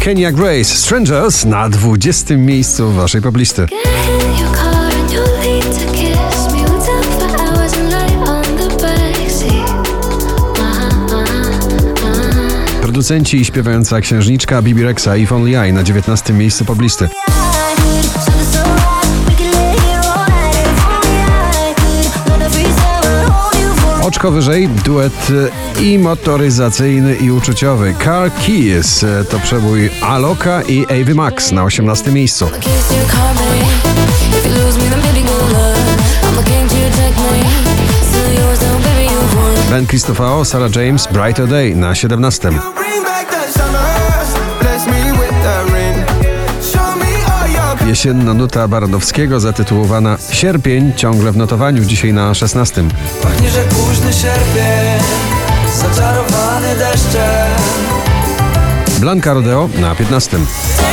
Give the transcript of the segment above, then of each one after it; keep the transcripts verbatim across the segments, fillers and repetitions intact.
Kenya Grace, Strangers na dwudziestym miejscu waszej poplisty. Producenci i śpiewająca księżniczka Bibi Rexa i If Only I na dziewiętnastym miejscu poblisty. Oczko wyżej duet i motoryzacyjny i uczuciowy. Car Keys to przebój Aloka i Amy Max na osiemnastym miejscu. Ben Cristofao, Sarah James, Brighter Day na siedemnastym. Jesienna nuta Baranowskiego zatytułowana Sierpień ciągle w notowaniu, dzisiaj na szesnastym. Pachnie, że późny sierpień, zaczarowany deszczem. Blanka Rodeo na piętnastym.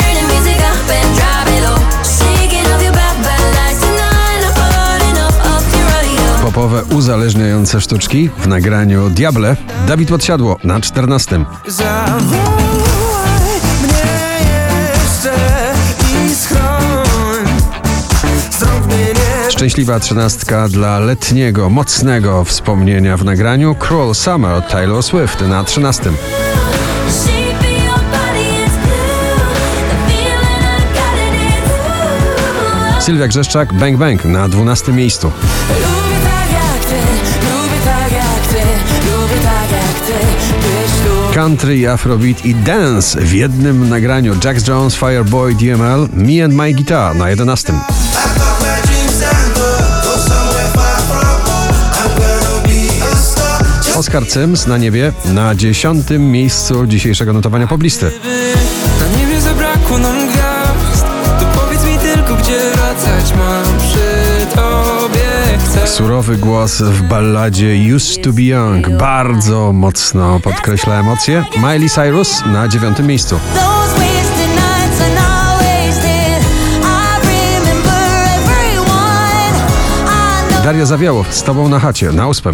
Popowe uzależniające sztuczki w nagraniu Diable Dawid Podsiadło na czternastym. Szczęśliwa trzynastka dla letniego, mocnego wspomnienia w nagraniu Cruel Summer Taylor Swift na trzynastym. Sylwia Grzeszczak, Bang Bang na dwunastym miejscu. Country, Afrobeat i Dance w jednym nagraniu. Jax Jones, Fireboy, D M L, Me and My Guitar na jedenastym. Oskar Cyms na niebie na dziesiątym miejscu dzisiejszego notowania poblisty. Na niebie zabrakło nam gwiazd, to powiedz mi tylko, gdzie wracać mam przy tobie. Chcę. Surowy głos w balladzie Used to be Young bardzo mocno podkreśla emocje. Miley Cyrus na dziewiątym miejscu. Daria Zawiałow, Z tobą na chacie na ósmym.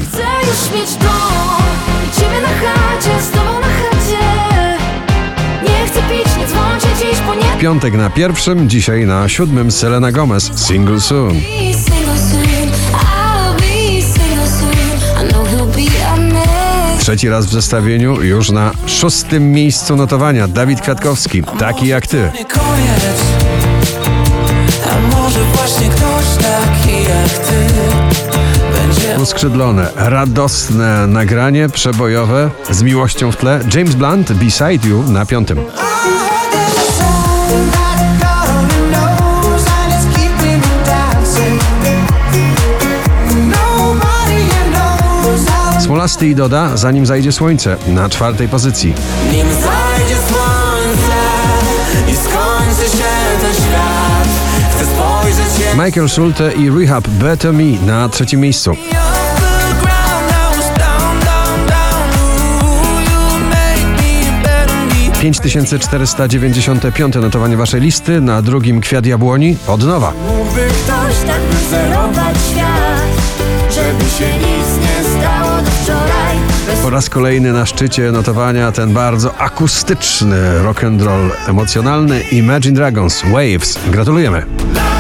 W piątek na pierwszym, dzisiaj na siódmym Selena Gomez, Single Soon. Trzeci raz w zestawieniu, już na szóstym miejscu notowania Dawid Kwiatkowski, Taki jak ty. A może właśnie ktoś taki jak ty będzie. Uskrzydlone, radosne nagranie przebojowe z miłością w tle. James Blunt, Beside You na piątym. Smolasty i Doda, Zanim zajdzie słońce na czwartej pozycji. Nim zajdzie słońce i skończy się ten świat, chcę spojrzeć się. Michael Schulte i Rehab, Better Me na trzecim miejscu. pięć tysięcy czterysta dziewięćdziesiąte piąte notowanie waszej listy, na drugim Kwiat Jabłoni, Od nowa. Mógłby ktoś tak wyzerować świat, żeby się nic nie stało do wczoraj. Bez... Po raz kolejny na szczycie notowania ten bardzo akustyczny rock'n'roll emocjonalny Imagine Dragons, Waves. Gratulujemy.